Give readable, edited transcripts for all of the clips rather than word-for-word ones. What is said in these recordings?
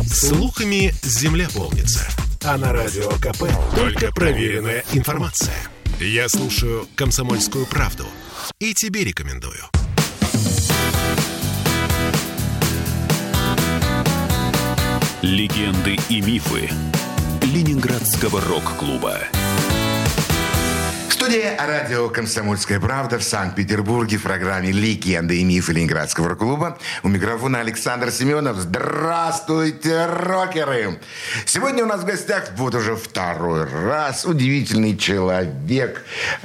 Слухами земля полнится. А на Радио КП только проверенная информация. Я слушаю «Комсомольскую правду» и тебе рекомендую. Легенды и мифы Ленинградского рок-клуба. Студия радио «Комсомольская правда» в Санкт-Петербурге в программе «Легенды и мифы Ленинградского рок-клуба». У микрофона Александр Семенов. Здравствуйте, рокеры! Сегодня у нас в гостях вот уже второй раз удивительный человек,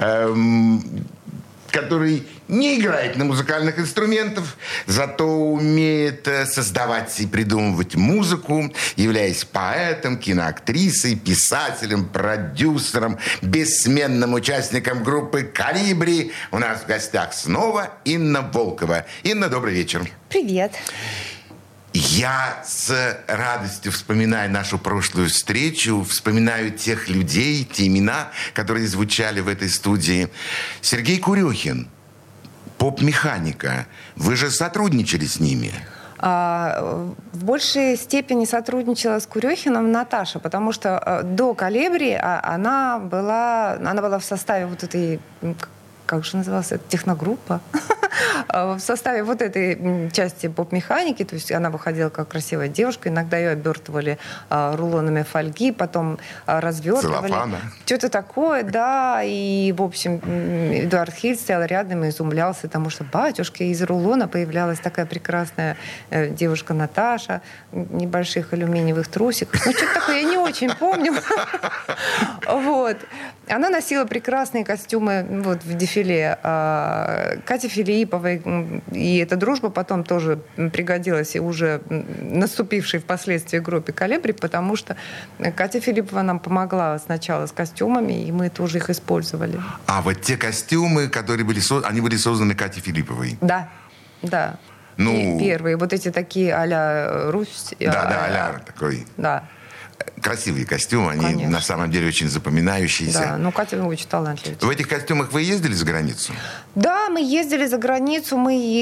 который не играет на музыкальных инструментах, зато умеет создавать и придумывать музыку, являясь поэтом, киноактрисой, писателем, продюсером, бессменным участником группы «Колибри». У нас в гостях снова Инна Волкова. Инна, добрый вечер. Привет. Я с радостью вспоминаю нашу прошлую встречу, вспоминаю тех людей, те имена, которые звучали в этой студии. Сергей Курехин, поп-механика. Вы же сотрудничали с ними? В большей степени сотрудничала с Курехиным Наташа, потому что до «Колибри» она была в составе вот этой, как же называлась, техногруппа, в составе вот этой части поп-механики, то есть она выходила как красивая девушка, иногда ее обертывали рулонами фольги, потом развертывали. Целлофана. Что-то такое, да, и, в общем, Эдуард Хиль стоял рядом и изумлялся, потому что, батюшки, из рулона появлялась такая прекрасная девушка Наташа в небольших алюминиевых трусиках. Ну, что-то такое, я не очень помню. Вот. Она носила прекрасные костюмы вот, в дефиле. Катя Филипповой. И эта дружба потом тоже пригодилась и уже наступившей впоследствии группе «Колибри», потому что Катя Филиппова нам помогла сначала с костюмами, и мы тоже их использовали. А вот те костюмы, которые они были созданы Катей Филипповой? Да, да. Ну, и первые, вот эти такие а-ля Русь. Да, а-ля такой. Да. Красивые костюмы, они Конечно. на самом деле очень запоминающиеся. Да, ну Катя очень талантливая. В этих костюмах вы ездили за границу? Да, мы ездили за границу,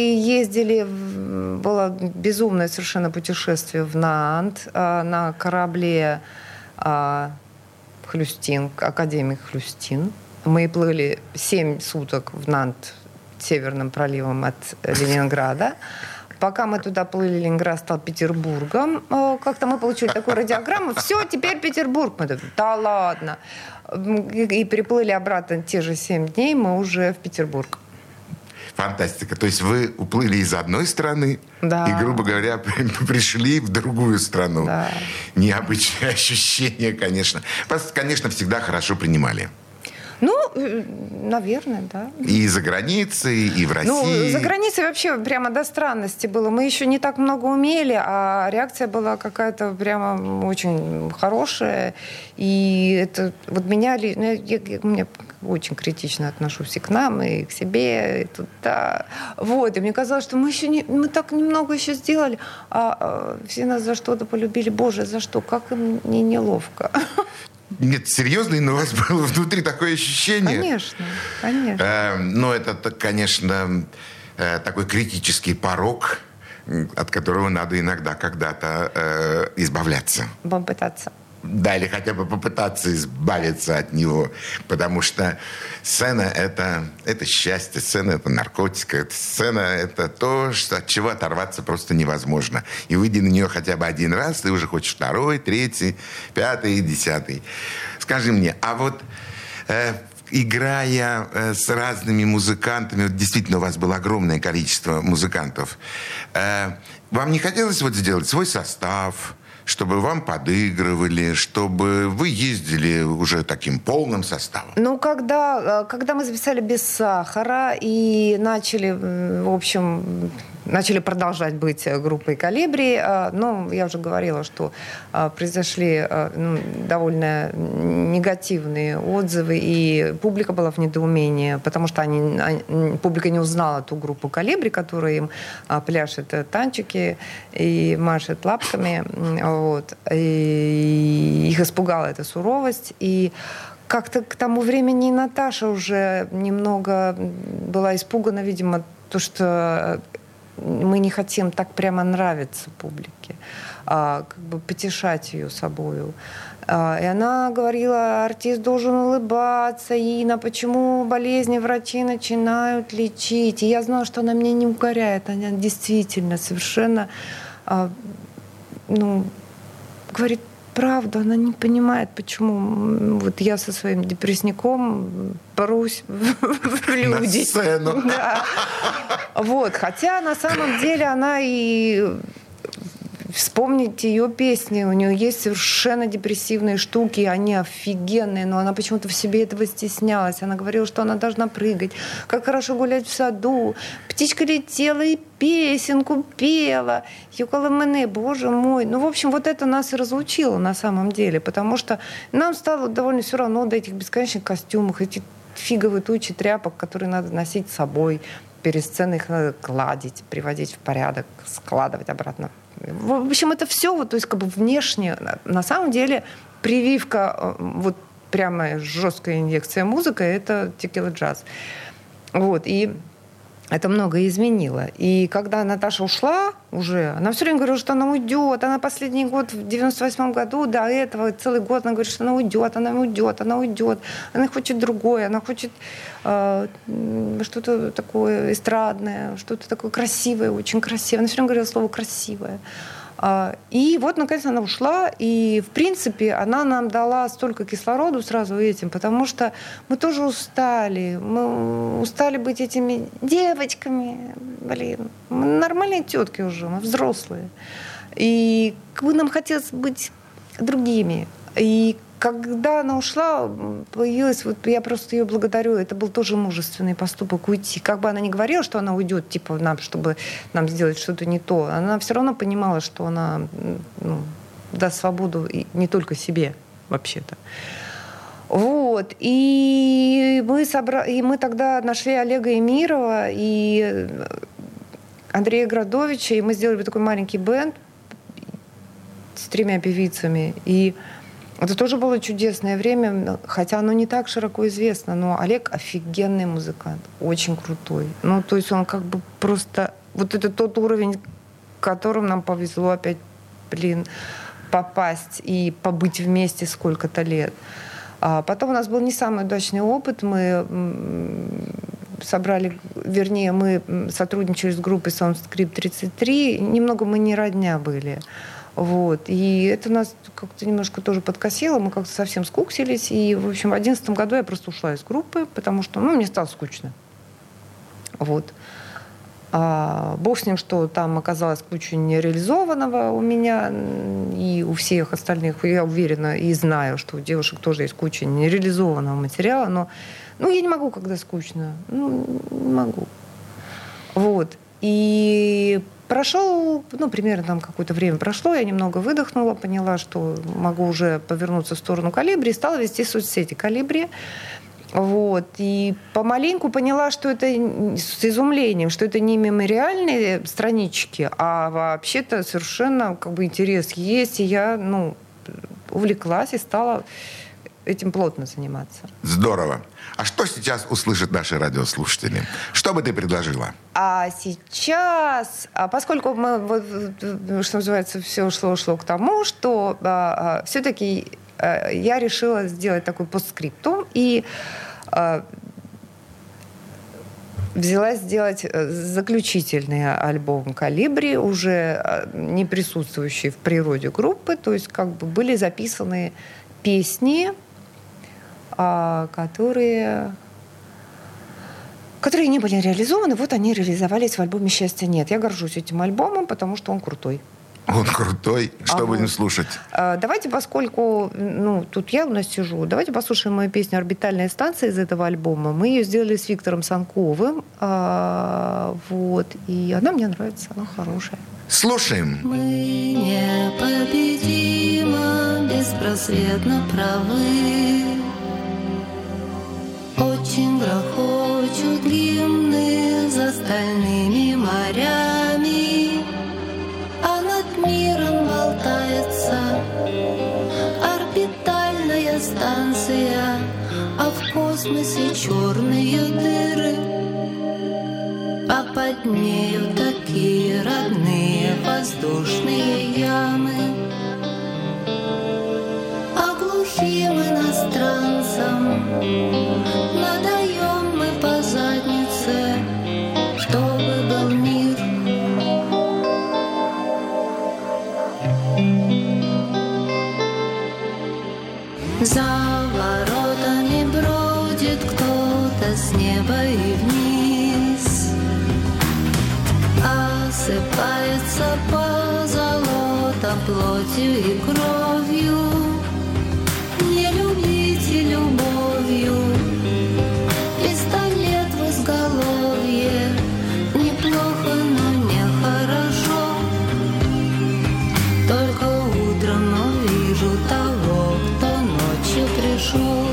было безумное совершенно путешествие в Нант на корабле Хлюстин, академик Хлюстин. Мы плыли 7 суток в Нант Северным проливом от Ленинграда. Пока мы туда плыли, Ленинград стал Петербургом. Как-то мы получили такую радиограмму. Все, теперь Петербург. Мы такие, да ладно. И приплыли обратно те же 7 дней, мы уже в Петербург. Фантастика. То есть вы уплыли из одной страны да. и, грубо говоря, пришли в другую страну. Да. Необычное ощущение, конечно. Вас, конечно, всегда хорошо принимали. Ну, наверное, да. И за границей, и в России. Ну, за границей вообще прямо до странности было. Мы еще не так много умели, а реакция была какая-то прямо очень хорошая. И это вот меняли... Я очень критично отношусь и к нам, и к себе, и туда. Вот. И мне казалось, что мы так немного еще сделали, а все нас за что-то полюбили. Боже, за что? Как им не неловко. Нет, серьезно, но у вас было внутри такое ощущение. Конечно, конечно. Но это, конечно, такой критический порог, от которого надо иногда когда-то избавляться. Попытаться. Да, или хотя бы попытаться избавиться от него. Потому что сцена – это счастье, сцена – это наркотик, сцена – это то, от чего оторваться просто невозможно. И выйди на нее хотя бы один раз, ты уже хочешь второй, третий, пятый, десятый. Скажи мне, а вот играя с разными музыкантами, вот действительно у вас было огромное количество музыкантов, вам не хотелось вот сделать свой состав, чтобы вам подыгрывали, чтобы вы ездили уже таким полным составом? Ну, когда мы записали «Без сахара» и начали, в общем, продолжать быть группой «Колибри», ну, я уже говорила, что произошли довольно негативные отзывы, и публика была в недоумении, потому что публика не узнала ту группу «Колибри», которая им пляшет танчики и машет лапками. Вот. И их испугала эта суровость. И как-то к тому времени Наташа уже немного была испугана, видимо, то, что мы не хотим так прямо нравиться публике, как бы потешать ее собою. И она говорила, артист должен улыбаться, Инна, почему болезни врачи начинают лечить? И я знала, что она меня не укоряет, она действительно совершенно, говорит правду, она не понимает, почему вот я со своим депрессником борусь в люди. На сцену. Да. Вот, хотя на самом деле она и... Вспомните ее песни, у нее есть совершенно депрессивные штуки, они офигенные, но она почему-то в себе этого стеснялась. Она говорила, что она должна прыгать, как хорошо гулять в саду. Птичка летела и песенку пела. Юкала мене, боже мой. В общем, вот это нас и разлучило на самом деле, потому что нам стало довольно все равно до этих бесконечных костюмов, эти фиговые тучи тряпок, которые надо носить с собой. Перед сценой их надо гладить, приводить в порядок, складывать обратно. В общем, это все, то есть как бы внешне, на самом деле, прививка, вот прямо жесткая инъекция музыки, это текила-джаз. Вот, и это многое изменило. И когда Наташа ушла уже, она все время говорила, что она уйдет. Она последний год, в 98 году, до этого, целый год она говорит, что она уйдет, она уйдет, она уйдет. Она хочет другое, она хочет что-то такое эстрадное, что-то такое красивое, очень красивое. Она все время говорила слово «красивое». И вот, наконец, она ушла, и, в принципе, она нам дала столько кислороду сразу этим, потому что мы тоже устали. Мы устали быть этими девочками. Мы нормальные тетки уже, мы взрослые. И как бы нам хотелось быть другими. И когда она ушла, появилась, вот я просто ее благодарю, это был тоже мужественный поступок уйти. Как бы она ни говорила, что она уйдет, типа, чтобы нам сделать что-то не то, она все равно понимала, что она даст свободу и не только себе, вообще-то. Вот. И мы тогда нашли Олега Эмирова и Андрея Градовича, и мы сделали такой маленький бенд с 3 певицами. И это тоже было чудесное время, хотя оно не так широко известно, но Олег офигенный музыкант, очень крутой. То есть он как бы просто... Вот это тот уровень, к которому нам повезло опять, попасть и побыть вместе сколько-то лет. А потом у нас был не самый удачный опыт. Мы мы сотрудничали с группой Soundscript 33. Немного мы не родня были. Вот. И это нас как-то немножко тоже подкосило. Мы как-то совсем скуксились. И, в общем, в 2011 году я просто ушла из группы, потому что, мне стало скучно. Вот. Бог с ним, что там оказалось куча нереализованного у меня и у всех остальных. Я уверена и знаю, что у девушек тоже есть куча нереализованного материала. Но я не могу, когда скучно. Не могу. Вот. И прошел, примерно там какое-то время прошло, я немного выдохнула, поняла, что могу уже повернуться в сторону Колибри, стала вести соцсети Колибри. Вот. И помаленьку поняла, что это с изумлением, что это не мемориальные странички, а вообще-то совершенно интерес есть. И я увлеклась и стала этим плотно заниматься. Здорово. А что сейчас услышат наши радиослушатели? Что бы ты предложила? А сейчас, поскольку мы, что называется, все шло к тому, что все-таки я решила сделать такой постскриптум и взялась сделать заключительный альбом «Колибри», уже не присутствующий в природе группы, то есть были записаны песни, которые не были реализованы, вот они реализовались в альбоме «Счастья нет». Я горжусь этим альбомом, потому что он крутой. Он крутой. Что будем слушать? Давайте, поскольку тут я у нас сижу, давайте послушаем мою песню «Орбитальная станция» из этого альбома. Мы ее сделали с Виктором Санковым. Вот. И она мне нравится, она хорошая. Слушаем. Мы непобедимо, беспросветно правы. Очень грохочут гимны за стальными морями, а над миром болтается орбитальная станция, а в космосе черные дыры. А по холоднеют такие родные воздушные ямы. А глухим иностранцам надаем мы по заднице, чтобы был мир. За воротами бродит кто-то с неба и вниз, осыпается позолота плотью и кровью. Не любите любовью пистолет в изголовье. Неплохо, но нехорошо. Только утром увижу того, кто ночью пришел.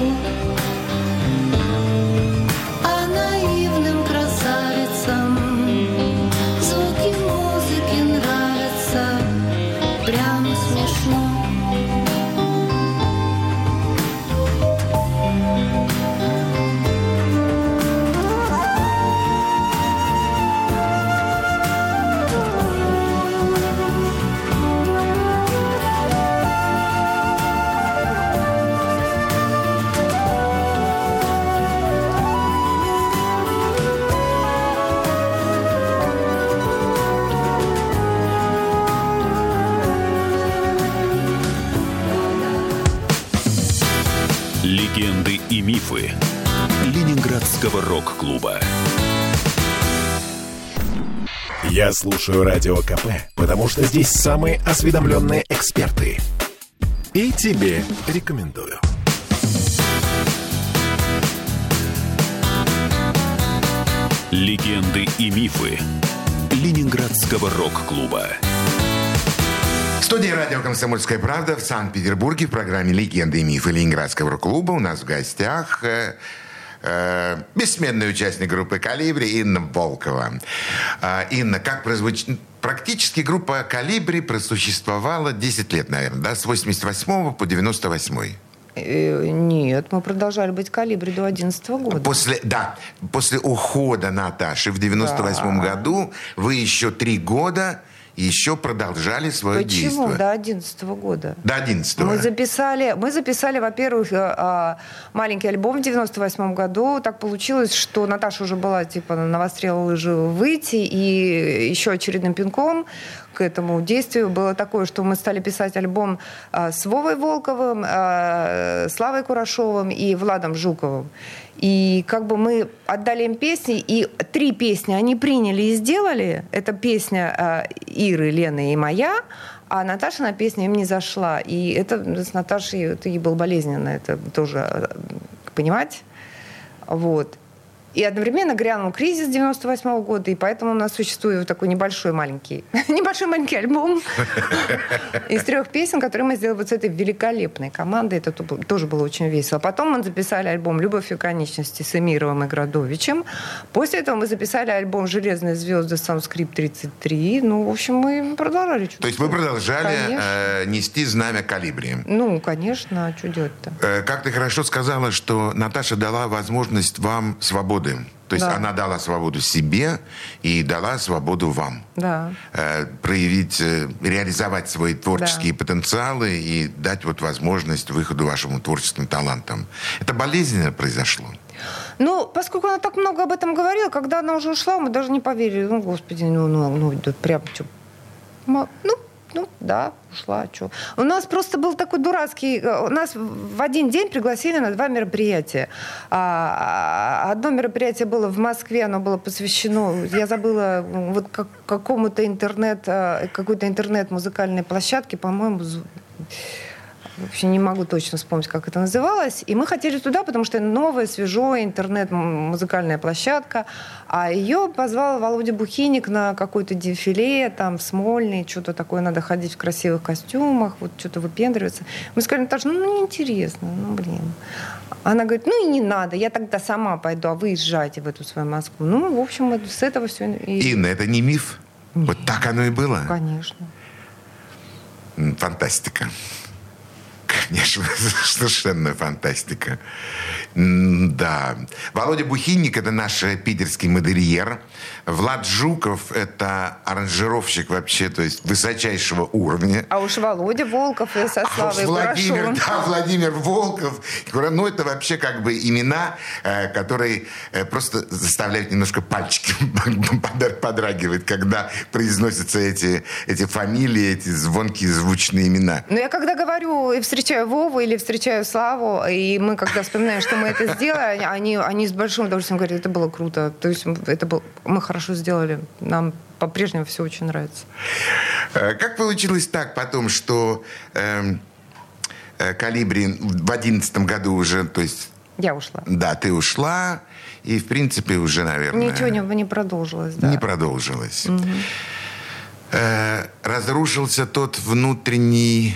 А наивным красавицам звуки музыки нравятся. Прямо смешно. Легенды и мифы Ленинградского рок-клуба. Я слушаю Радио КП, потому что здесь самые осведомленные эксперты. И тебе рекомендую. Легенды и мифы Ленинградского рок-клуба. В студии радио «Комсомольская правда» в Санкт-Петербурге в программе «Легенды и мифы Ленинградского рок-клуба» у нас в гостях бессменный участник группы «Колибри» Инна Волкова. Инна, как прозвучит... Практически группа «Колибри» просуществовала 10 лет, наверное, да? С 88 по 98. Нет, мы продолжали быть «Колибри» до 2011 года. После ухода Наташи в 98 году вы еще 3 года еще продолжали свое действие. Почему? До 2011 года. До 2011. Мы записали, во-первых, маленький альбом в 98 году. Так получилось, что Наташа уже была типа навострила лыжи выйти, и еще очередным пинком к этому действию было такое, что мы стали писать альбом с Вовой Волковым, Славой Курашовым и Владом Жуковым. И как бы мы отдали им песни, и 3 песни они приняли и сделали. Это песня Иры, Лены и моя, а Наташина песня им не зашла. И это с Наташей, это ей было болезненно, это тоже понимать. Вот. И одновременно грянул кризис 98 года, и поэтому у нас существует такой небольшой маленький альбом из 3 песен, которые мы сделали вот с этой великолепной командой. Это тоже было очень весело. Потом мы записали альбом «Любовь и конечности» с Эмировым и Градовичем. После этого мы записали альбом «Железные звезды» Soundskript 33. Ну, в общем, мы продолжали. То есть вы продолжали нести знамя «Колибри». Ну, конечно, а что делать-то? Как ты хорошо сказала, что Наташа дала возможность вам свободы. То есть она дала свободу себе и дала свободу вам. Да. Проявить, реализовать свои творческие потенциалы и дать вот возможность выходу вашим творческим талантам. Это болезненно произошло? Ну, поскольку она так много об этом говорила, когда она уже ушла, мы даже не поверили. Ну, господи, прям что... Да, ушла, что. У нас просто был такой дурацкий... У нас в один день пригласили на 2 мероприятия. Одно мероприятие было в Москве, оно было посвящено... Я забыла вот какой-то интернет-музыкальной площадке, по-моему... Вообще не могу точно вспомнить, как это называлось. И мы хотели туда, потому что новая, свежая интернет-музыкальная площадка. А ее позвал Володя Бухиник на какое-то дефиле, там, в Смольный, что-то такое, надо ходить в красивых костюмах, вот что-то выпендриваться. Мы сказали: Наташа, неинтересно, блин. Она говорит: и не надо, я тогда сама пойду, а вы езжайте в эту свою Москву. Ну, в общем, с этого все... Инна, это не миф? Нет. Вот так оно и было? Конечно. Фантастика. конечно, совершенно фантастика. Да. Володя Бухинник – это наш питерский модельер. Влад Жуков – это аранжировщик вообще, то есть высочайшего уровня. А уж Володя Волков и со Славой Курашовым. Да, Владимир Волков. Ну, это вообще как бы имена, которые просто заставляют немножко пальчики подрагивать, когда произносятся эти фамилии, эти звонкие звучные имена. Ну, я когда говорю и встречаю Вову или встречаю Славу, и мы когда вспоминаем, что мы это сделали, они с большим удовольствием говорят, это было круто. То есть мы хорошо сделали. Нам по-прежнему все очень нравится. Как получилось так потом, что «Колибри» в 2011 году уже, то есть... Я ушла. Да, ты ушла, и, в принципе, уже, наверное... Ничего не продолжилось, да. Не продолжилось. Угу. Разрушился тот внутренний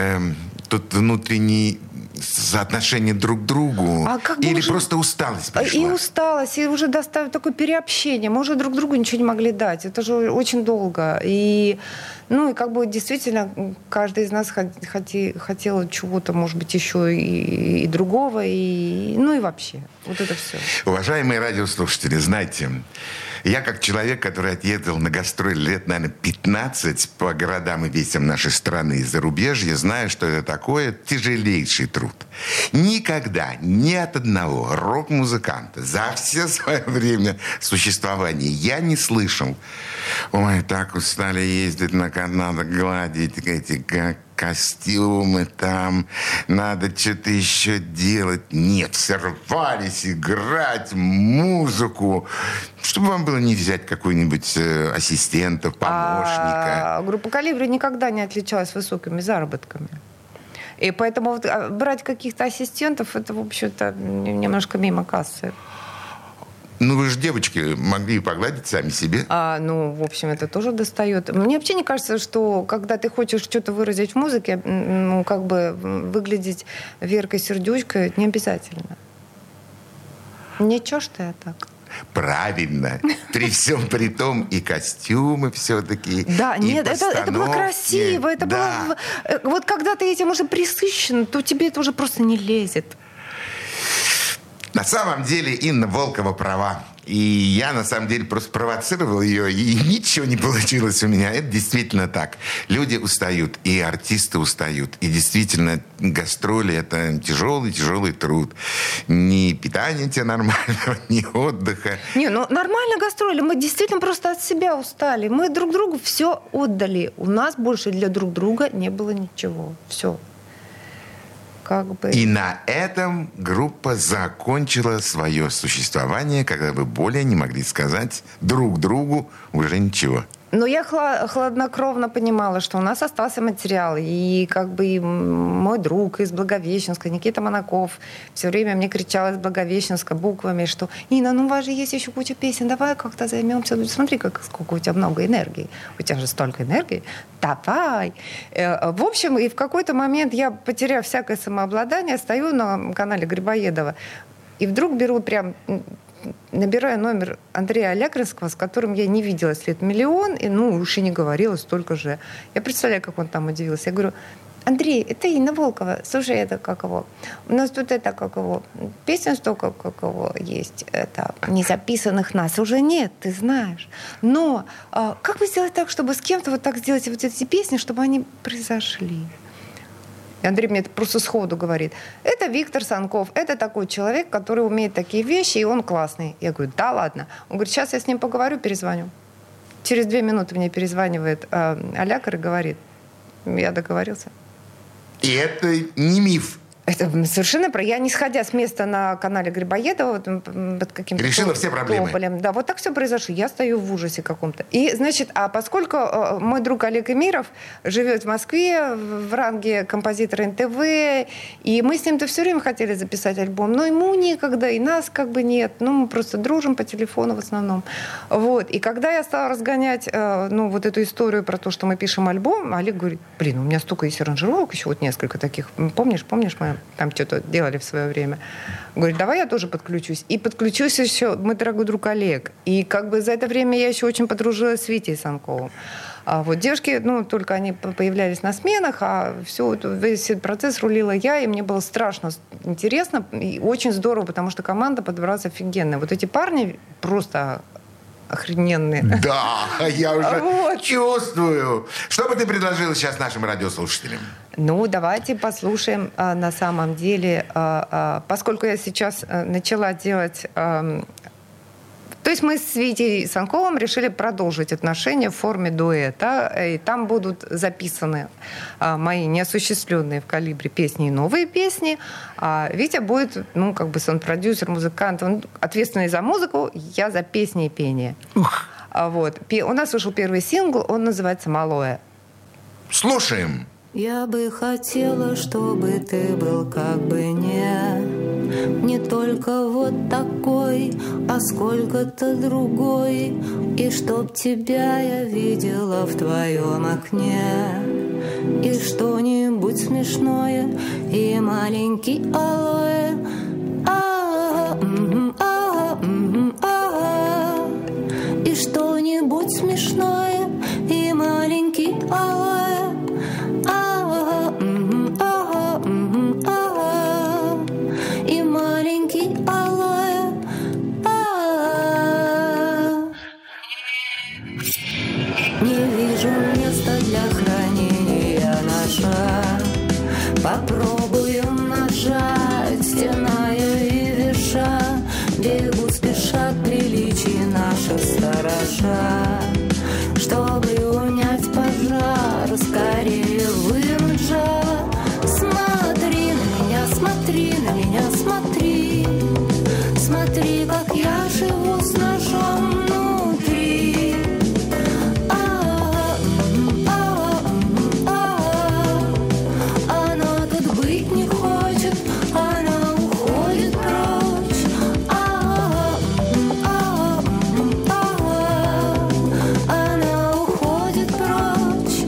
соотношение друг к другу? Или уже... просто усталость пришла? И усталость, и уже доставить такое переобщение. Мы уже друг другу ничего не могли дать. Это же очень долго. И как бы действительно каждый из нас хотел чего-то, может быть, еще и другого, и вообще. Вот это все. Уважаемые радиослушатели, знаете, я как человек, который отъездил на гастроли лет, наверное, 15 по городам и весям нашей страны и зарубежья, знаю, что это такое тяжелейший труд. Никогда ни от одного рок-музыканта за все свое время существования я не слышал: ой, так устали ездить, надо гладить эти костюмы там, надо что-то еще делать. Нет, все рвались играть музыку. Чтобы вам было не взять какой-нибудь ассистента, помощника. Группа «Колибри» никогда не отличалась высокими заработками. И поэтому брать каких-то ассистентов, это, в общем-то, немножко мимо кассы. Вы же, девочки, могли погладить сами себе. В общем, это тоже достает. Мне вообще не кажется, что когда ты хочешь что-то выразить в музыке, выглядеть Веркой Сердючкой, это не обязательно. Ничего, что я так. Правильно. При всем при том и костюмы все-таки. Да, нет, это было красиво. Это было... Вот когда ты этим уже присыщен, то тебе это уже просто не лезет. На самом деле Инна Волкова права. И я, на самом деле, просто провоцировал ее, и ничего не получилось у меня. Это действительно так. Люди устают, и артисты устают. И действительно, гастроли – это тяжелый труд. Ни питания тебе нормального, ни отдыха. Нормально гастроли. Мы действительно просто от себя устали. Мы друг другу все отдали. У нас больше для друг друга не было ничего. Все. И на этом группа закончила свое существование, когда вы более не могли сказать друг другу уже ничего. Но я хладнокровно понимала, что у нас остался материал. И и мой друг из Благовещенска, Никита Монаков, все время мне кричал из Благовещенска буквами, что «Инна, у вас же есть еще куча песен, давай как-то займемся. Смотри, сколько у тебя много энергии. У тебя же столько энергии. Давай». В общем, и в какой-то момент я, потеряв всякое самообладание, стою на канале Грибоедова, и вдруг набираю номер Андрея Алякринского, с которым я не виделась лет миллион, и уж и не говорила столько же. Я представляю, как он там удивился. Я говорю: Андрей, это Инна Волкова. Слушай, это как его? У нас тут песен столько, как его есть. Это незаписанных нас уже нет, ты знаешь. Но как бы сделать так, чтобы с кем-то вот так сделать вот эти песни, чтобы они произошли? И Андрей мне это просто сходу говорит: это Виктор Санков, это такой человек, который умеет такие вещи, и он классный. Я говорю: да ладно. Он говорит: сейчас я с ним поговорю, перезвоню. Через 2 минуты мне перезванивает Алякар и говорит: я договорился. И это не миф. Это совершенно про... Я, не сходя с места на канале Грибоедова, под каким-то... Решила все проблемы. Тополем. Да, вот так все произошло. Я стою в ужасе каком-то. И, значит, поскольку мой друг Олег Эмиров живет в Москве в ранге композитора НТВ, и мы с ним-то все время хотели записать альбом, но ему некогда, и нас нет. Мы просто дружим по телефону в основном. Вот. И когда я стала разгонять вот эту историю про то, что мы пишем альбом, Олег говорит: у меня столько есть аранжировок, еще вот несколько таких. Помнишь, мы там что-то делали в свое время. Говорит, давай я тоже подключусь. И подключусь еще мой дорогой друг Олег. И как бы за это время я еще очень подружилась с Витей Санковым. А вот девушки, только они появлялись на сменах, а весь этот процесс рулила я, и мне было страшно интересно и очень здорово, потому что команда подобралась офигенная. Вот эти парни просто охрененные. Да, я уже чувствую. Что бы ты предложила сейчас нашим радиослушателям? Давайте послушаем на самом деле, поскольку я сейчас начала делать... То есть мы с Витей Санковым решили продолжить отношения в форме дуэта. И там будут записаны мои неосуществленные в «Калибре» песни и новые песни. А Витя будет, сон-продюсер, музыкант. Он ответственный за музыку, я за песни и пение. Вот. У нас вышел первый сингл, он называется «Малое». Слушаем. Я бы хотела, чтобы ты был как бы не только вот такой, а сколько-то другой. И чтоб тебя я видела в твоем окне. И что-нибудь смешное, и маленький алоэ. И что-нибудь смешное, и маленький алоэ. И маленький алоэ. Не вижу места для хранения ножа. Попробую нажать, стеная и веша. Бегут, спешат приличий наши сторожа. Чтобы унять пожар, скорее вынуть жало. Смотри на меня, смотри на меня, смотри. Смотри, как я живу с ножом внутри. Она тут быть не хочет, она уходит прочь. Она уходит прочь.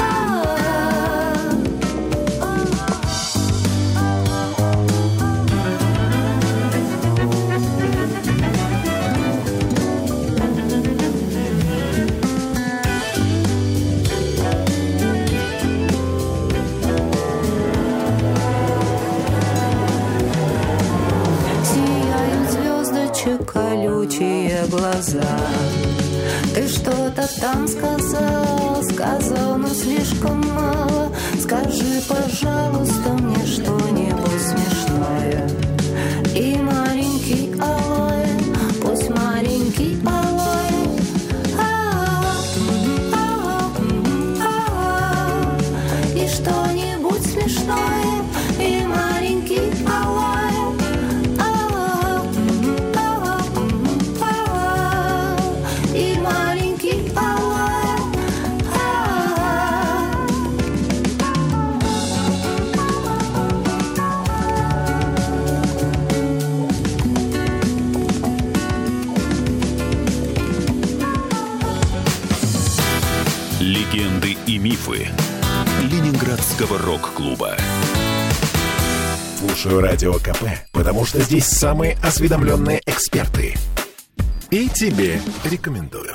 Сияют звездочек колючие глаза. Ты что-то там сказал, но слишком мало. Скажи, пожалуйста, мне что-нибудь смешное. И маленький алоэ, пусть маленький алоэ. И что-нибудь смешное, и маленький алоэ. И маленький алоэ. Легенды и мифы Ленинградского рок-клуба. Слушаю Радио КП, потому что здесь самые осведомленные эксперты. И тебе рекомендую.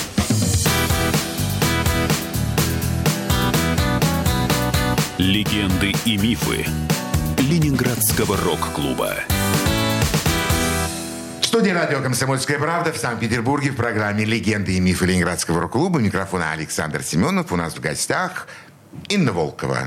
Легенды и мифы Ленинградского рок-клуба. В студии радио «Комсомольская правда» в Санкт-Петербурге в программе «Легенды и мифы Ленинградского рок-клуба». Микрофон Александр Семенов. У нас в гостях Инна Волкова.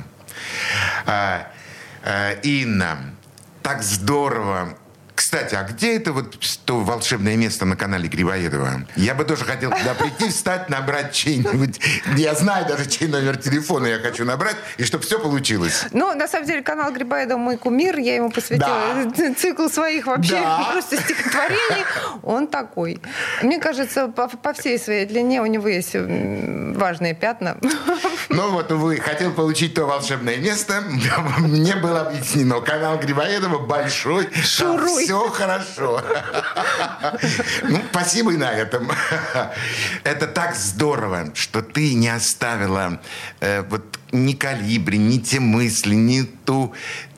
Инна, так здорово. Кстати, а где это то волшебное место на канале Грибоедова? Я бы тоже хотел туда прийти, встать, набрать чей-нибудь... Я знаю даже, чей номер телефона я хочу набрать, и чтобы все получилось. На самом деле, канал Грибоедова мой кумир. Я ему посвятила цикл своих вообще просто стихотворений. Он такой. Мне кажется, по всей своей длине у него есть важные пятна. Увы, хотел получить то волшебное место. Мне было объяснено. Канал Грибоедова большой. Шуруй. Все хорошо. Спасибо и на этом. Это так здорово, что ты не оставила ни «Калибри», ни те мысли, ни ту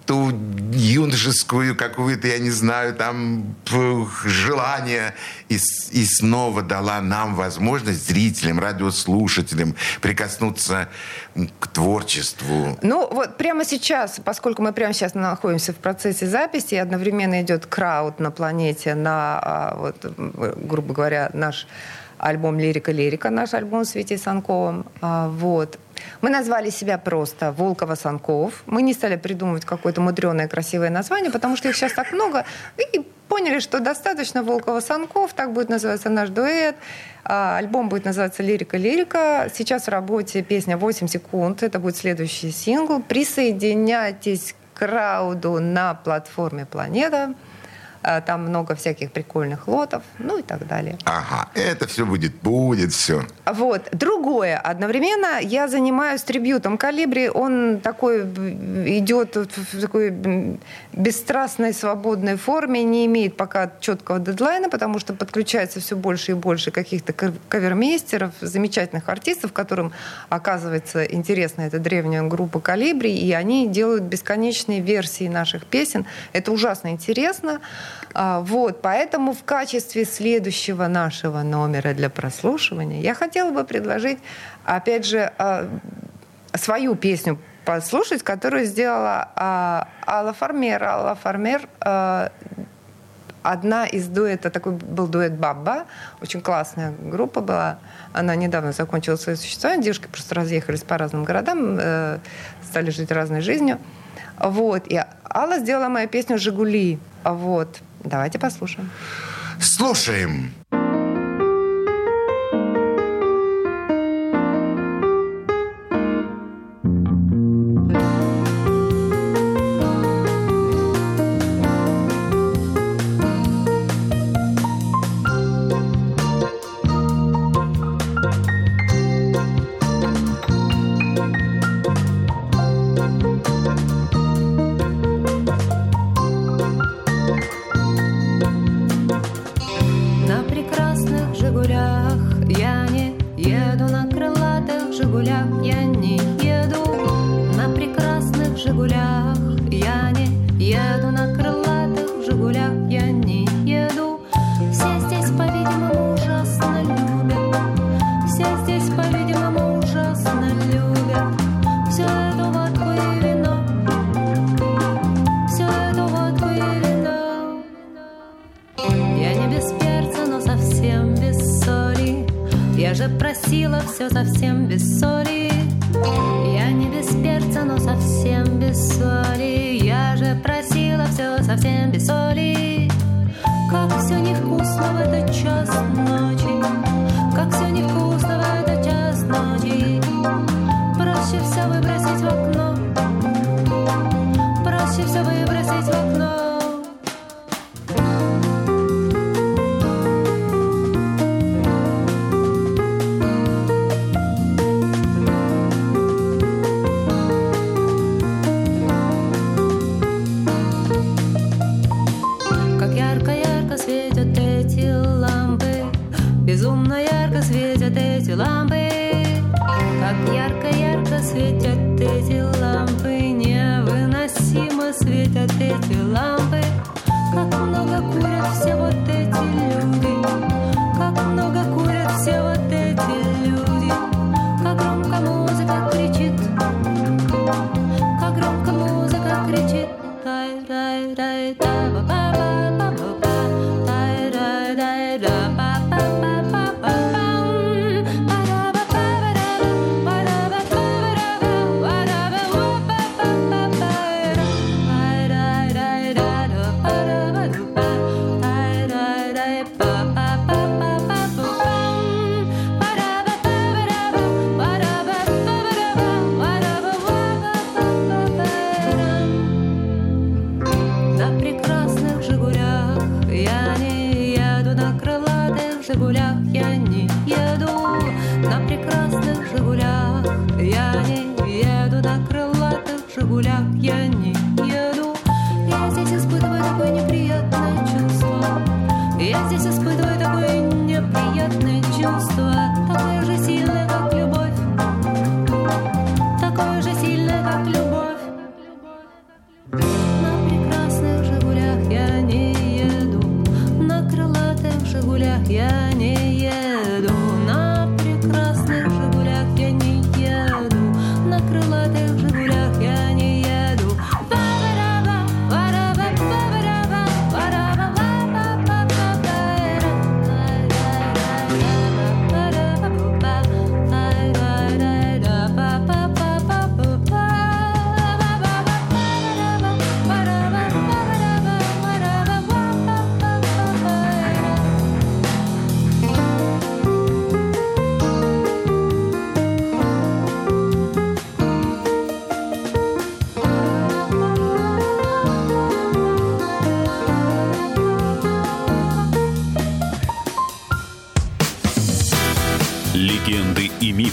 ту юношескую какую-то, я не знаю, там желание и снова дала нам возможность, зрителям, радиослушателям, прикоснуться к творчеству. Ну, вот прямо сейчас, поскольку мы прямо сейчас находимся в процессе записи, и одновременно идет крауд на планете на, вот, грубо говоря, наш альбом «Лирика-лирика», наш альбом с Витей Санковым. Вот. Мы назвали себя просто «Волкова-Санков». Мы не стали придумывать какое-то мудреное, красивое название, потому что их сейчас так много. И поняли, что достаточно «Волкова-Санков», так будет называться наш дуэт. Альбом будет называться «Лирика-лирика». Сейчас в работе песня «8 секунд». Это будет следующий сингл. Присоединяйтесь к крауду на платформе «Планета». Там много всяких прикольных лотов, ну и так далее. Ага, это все будет все. Вот. Другое. Одновременно я занимаюсь трибьютом «Колибри». Он такой идет в такой бесстрастной, свободной форме, не имеет пока четкого дедлайна, потому что подключается все больше и больше каких-то кавермейстеров, замечательных артистов, которым, оказывается, интересна эта древняя группа «Колибри», и они делают бесконечные версии наших песен. Это ужасно интересно. Вот, поэтому в качестве следующего нашего номера для прослушивания я хотела бы предложить, опять же, свою песню послушать, которую сделала Алла Фармер. Алла Фармер одна из дуэта, такой был дуэт «Баба», очень классная группа была. Она недавно закончила свое существование, девушки просто разъехались по разным городам, стали жить разной жизнью. Вот, и Алла сделала мою песню «Жигули». Вот. Давайте послушаем. Слушаем. Такое же сильное, как любовь.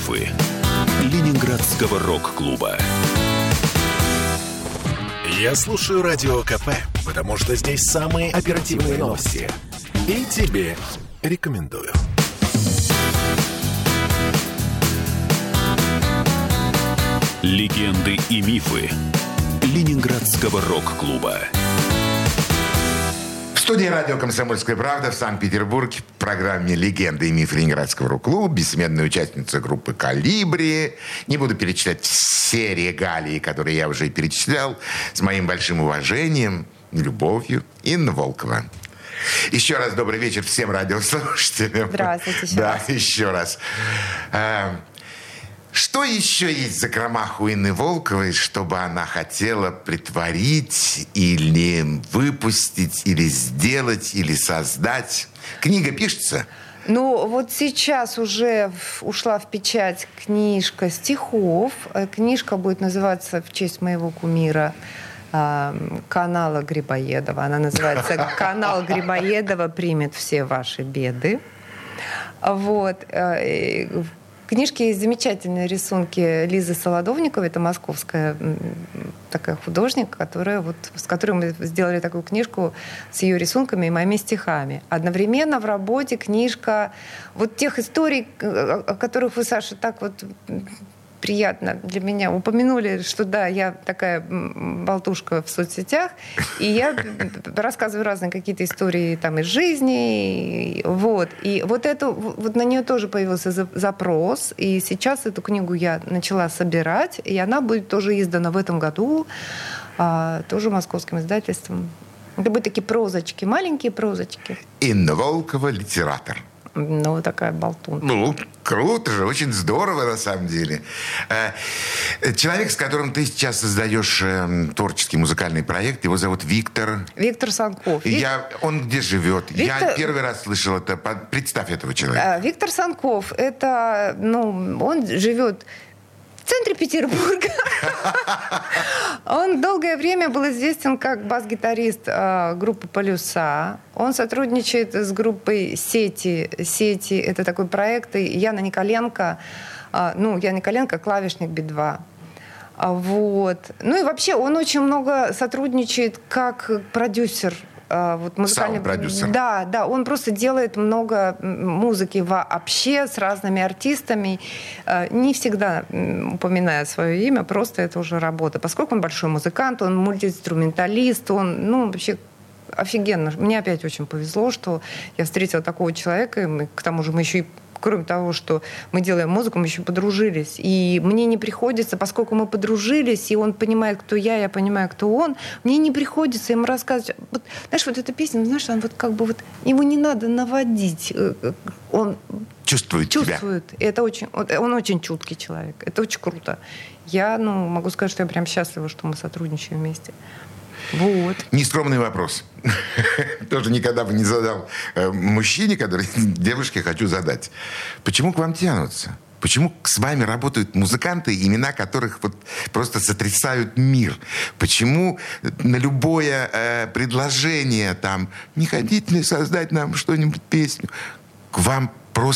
мифы Ленинградского рок-клуба. Я слушаю Радио КП, потому что здесь самые оперативные новости. И тебе рекомендую. Легенды и мифы Ленинградского рок-клуба. В студии радио «Комсомольская правда» в Санкт-Петербурге в программе «Легенды и мифы Ленинградского рок-клуба» бессменная участница группы «Колибри». Не буду перечислять все регалии, которые я уже перечислял, с моим большим уважением и любовью, Инна Волкова. Еще раз добрый вечер всем радиослушателям. Здравствуйте еще да, раз. еще раз. Что еще есть в закромах у Инны Волковой, чтобы она хотела притворить или выпустить, или сделать, или создать? Книга пишется? Ну, вот сейчас уже ушла в печать книжка стихов. Книжка будет называться в честь моего кумира канала Грибоедова. Она называется «Канал Грибоедова примет все ваши беды». Вот. В книжке есть замечательные рисунки Лизы Солодовниковой. Это московская такая художник, с которой мы сделали такую книжку с ее рисунками и моими стихами. Одновременно в работе книжка вот тех историй, о которых вы, Саша, так вот приятно для меня упомянули, что да, я такая болтушка в соцсетях, и я рассказываю разные какие-то истории там из жизни, вот. И вот на нее тоже появился запрос, и сейчас эту книгу я начала собирать, и она будет тоже издана в этом году, тоже московским издательством. Это будут такие прозочки, маленькие прозочки. Инна Волкова, литератор. Ну, такая болтунка. Ну, круто же, очень здорово на самом деле. Человек, с которым ты сейчас создаешь творческий музыкальный проект, его зовут Виктор... Виктор Санков. Он где живет? Я первый раз слышал это. Представь этого человека. Виктор Санков, это, он живет в центре Петербурга. Он долгое время был известен как бас-гитарист группы «Полюса». Он сотрудничает с группой «Сети». «Сети» — это такой проект. И Яна Николенко, клавишник Би-2. Вот. Ну и вообще он очень много сотрудничает как продюсер. Саунд-продюсер. Да, он просто делает много музыки вообще с разными артистами, не всегда упоминая свое имя, просто это уже работа. Поскольку он большой музыкант, он мультиинструменталист, он вообще офигенно. Мне опять очень повезло, что я встретила такого человека, и к тому же мы еще и кроме того, что мы делаем музыку, мы еще подружились. И мне не приходится, поскольку мы подружились, и он понимает, кто я понимаю, кто он, мне не приходится ему рассказывать. Знаешь, вот эта песня, знаешь, он его не надо наводить. Он чувствует тебя. Это он очень чуткий человек. Это очень круто. Я могу сказать, что я прям счастлива, что мы сотрудничаем вместе. Вот. Нескромный вопрос. Тоже никогда бы не задал мужчине, который девушке хочу задать. Почему к вам тянутся? Почему с вами работают музыканты, имена которых просто сотрясают мир? Почему на любое предложение не хотите ли создать нам что-нибудь, песню, к вам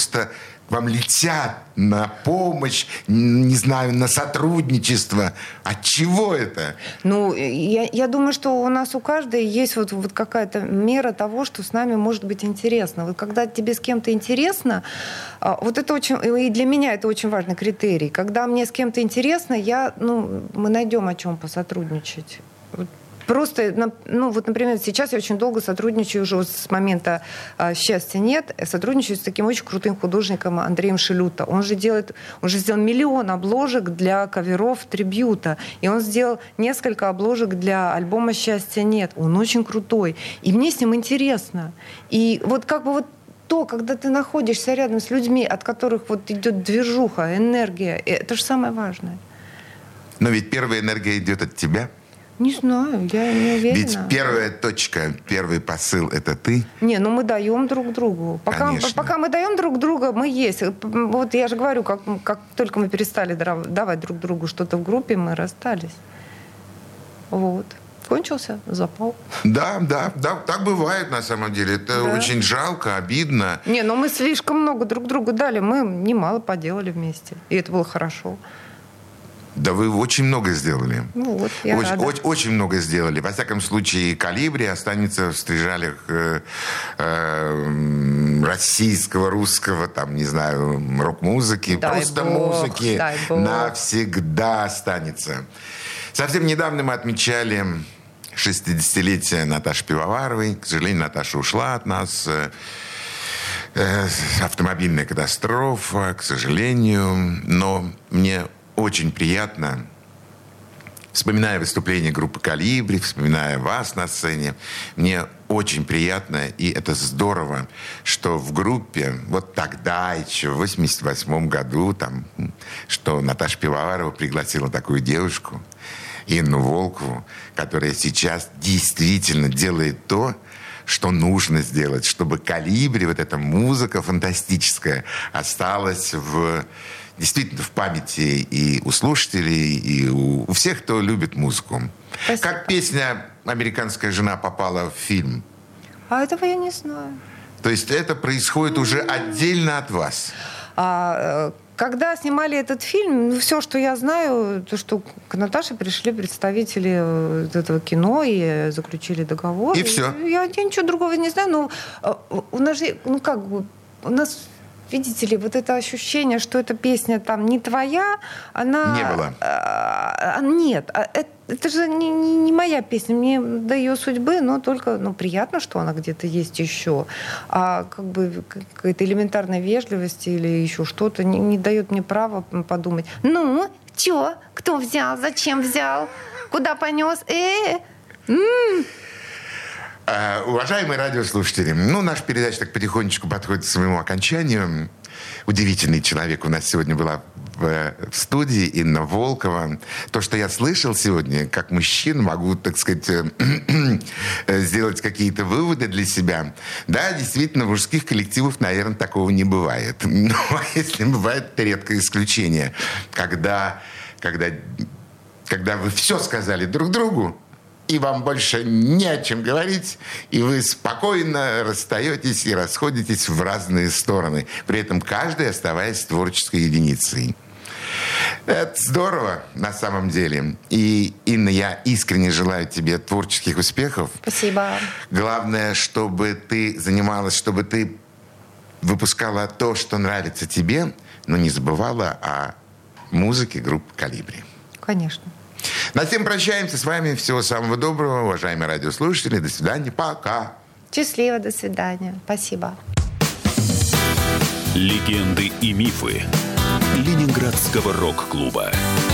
летят на помощь, не знаю, на сотрудничество. От чего это? Я думаю, что у нас у каждой есть вот какая-то мера того, что с нами может быть интересно. Вот когда тебе с кем-то интересно, это очень, и для меня это очень важный критерий. Когда мне с кем-то интересно, мы найдем о чем посотрудничать. Просто, например, сейчас я очень долго сотрудничаю уже с момента «Счастья нет», сотрудничаю с таким очень крутым художником Андреем Шилюта. Он же сделал миллион обложек для каверов трибьюта. И он сделал несколько обложек для альбома «Счастья нет». Он очень крутой. И мне с ним интересно. И когда ты находишься рядом с людьми, от которых идет движуха, энергия, это же самое важное. Но ведь первая энергия идет от тебя. Не знаю, я не уверена. Ведь первая точка, первый посыл — это ты. Мы даем друг другу. Пока мы даем друг друга, мы есть. Вот я же говорю, как только мы перестали давать друг другу что-то в группе, мы расстались. Вот. кончился, запал. Да, так бывает на самом деле. Это очень жалко, обидно. Не, но мы слишком много друг другу дали. Мы немало поделали вместе. И это было хорошо. Да вы очень много сделали. Ну вот, я рада. Очень много сделали. Во всяком случае, «Колибри» останется в скрижалях российского, русского, там, не знаю, рок-музыки, просто музыки. Навсегда останется. Совсем недавно мы отмечали 60-летие Наташи Пивоваровой. К сожалению, Наташа ушла от нас. Автомобильная катастрофа, к сожалению. Но мне очень приятно, вспоминая выступление группы «Колибри», вспоминая вас на сцене, мне очень приятно, и это здорово, что в группе вот тогда, еще в 88 году, там, что Наташа Пивоварова пригласила такую девушку, Инну Волкову, которая сейчас действительно делает то, что нужно сделать, чтобы «Колибри», вот эта музыка фантастическая, осталась действительно в памяти и у слушателей, и у всех, кто любит музыку. Спасибо. Как песня «Американская жена» попала в фильм? А этого я не знаю. То есть это происходит уже отдельно от вас? Когда снимали этот фильм, все, что я знаю, то, что к Наташе пришли представители этого кино и заключили договор. И все? Я ничего другого не знаю, но у нас же, у нас... Видите ли, вот это ощущение, что эта песня там не твоя, она... Не было. Нет, это же не моя песня, мне до ее судьбы, но только приятно, что она где-то есть еще. А как бы какая-то элементарная вежливость или еще что-то не дает мне права подумать. Ну, чё? Кто взял? Зачем взял? Куда понес? Уважаемые радиослушатели, наша передача так потихонечку подходит к своему окончанию. Удивительный человек у нас сегодня была в студии, Инна Волкова. То, что я слышал сегодня, как мужчина, могу, так сказать, сделать какие-то выводы для себя. Да, действительно, в мужских коллективах, наверное, такого не бывает. Но если бывает, это редкое исключение. Когда вы все сказали друг другу, и вам больше не о чем говорить, и вы спокойно расстаетесь и расходитесь в разные стороны, при этом каждый оставаясь творческой единицей. Это здорово на самом деле. И, Инна, я искренне желаю тебе творческих успехов. Спасибо. Главное, чтобы ты занималась, чтобы ты выпускала то, что нравится тебе, но не забывала о музыке группы «Колибри». Конечно. На всем прощаемся с вами. Всего самого доброго, уважаемые радиослушатели. До свидания. Пока. Счастливо. До свидания. Спасибо. Легенды и мифы Ленинградского рок-клуба.